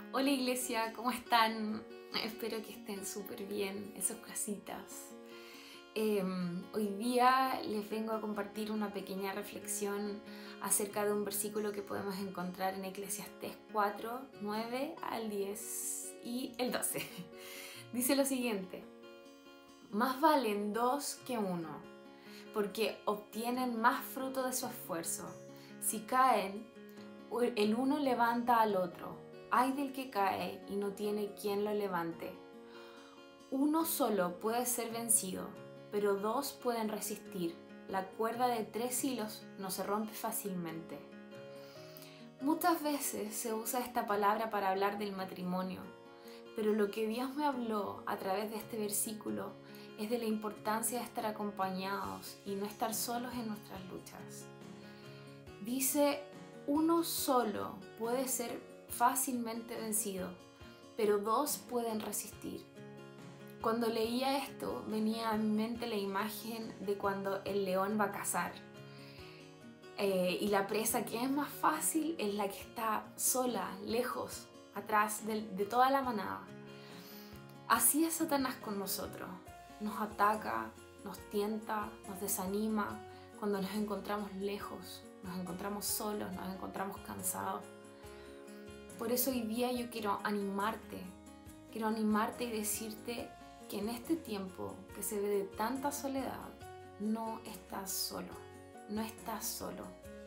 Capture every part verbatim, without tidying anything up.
Hola iglesia, ¿cómo están? Espero que estén súper bien, esos casitas. Eh, hoy día les vengo a compartir una pequeña reflexión acerca de un versículo que podemos encontrar en Eclesiastés cuatro, nueve al diez y el doce. Dice lo siguiente: más valen dos que uno, porque obtienen más fruto de su esfuerzo. Si caen, el uno levanta al otro. Ay del que cae y no tiene quien lo levante. Uno solo puede ser vencido, pero dos pueden resistir. La cuerda de tres hilos no se rompe fácilmente. Muchas veces se usa esta palabra para hablar del matrimonio, pero lo que Dios me habló a través de este versículo es de la importancia de estar acompañados y no estar solos en nuestras luchas. Dice, uno solo puede ser fácilmente vencido, pero dos pueden resistir. Cuando leía esto, venía a mi mente la imagen de cuando el león va a cazar. Eh, y la presa que es más fácil es la que está sola, lejos, atrás de, de toda la manada. Así es Satanás con nosotros. Nos ataca, nos tienta, nos desanima cuando nos encontramos lejos, nos encontramos solos, nos encontramos cansados. Por eso hoy día yo quiero animarte, quiero animarte y decirte que en este tiempo que se ve de tanta soledad, no estás solo, no estás solo.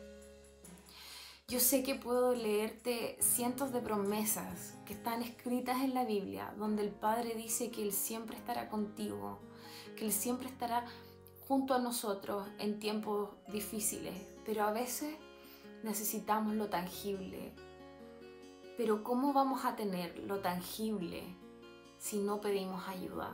Yo sé que puedo leerte cientos de promesas que están escritas en la Biblia, donde el Padre dice que Él siempre estará contigo, que Él siempre estará junto a nosotros en tiempos difíciles, pero a veces necesitamos lo tangible. Pero ¿cómo vamos a tener lo tangible si no pedimos ayuda?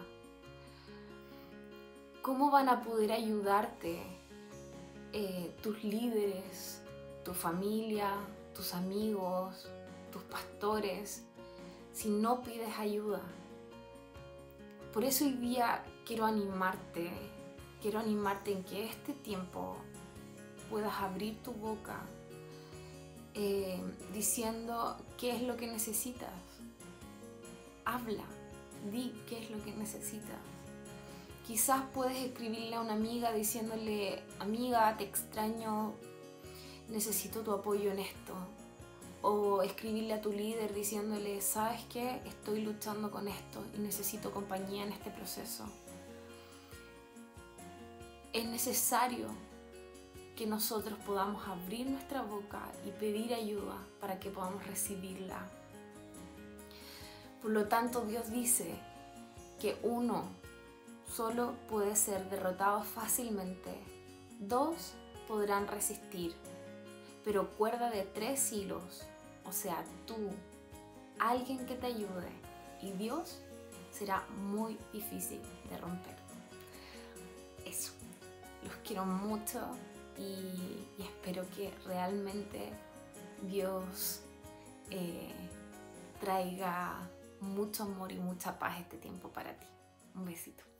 ¿Cómo van a poder ayudarte eh, tus líderes, tu familia, tus amigos, tus pastores, si no pides ayuda? Por eso hoy día quiero animarte, quiero animarte en que este tiempo puedas abrir tu boca Eh, diciendo qué es lo que necesitas. Habla, di qué es lo que necesitas. Quizás puedes escribirle a una amiga diciéndole, amiga, te extraño, necesito tu apoyo en esto. O escribirle a tu líder diciéndole, ¿sabes qué? Estoy luchando con esto y necesito compañía en este proceso. Es necesario que nosotros podamos abrir nuestra boca y pedir ayuda para que podamos recibirla. Por lo tanto, Dios dice que uno solo puede ser derrotado fácilmente, dos podrán resistir, pero cuerda de tres hilos, o sea, tú, alguien que te ayude, y Dios, será muy difícil de romper. Eso, los quiero mucho. Y, y espero que realmente Dios eh, traiga mucho amor y mucha paz este tiempo para ti. Un besito.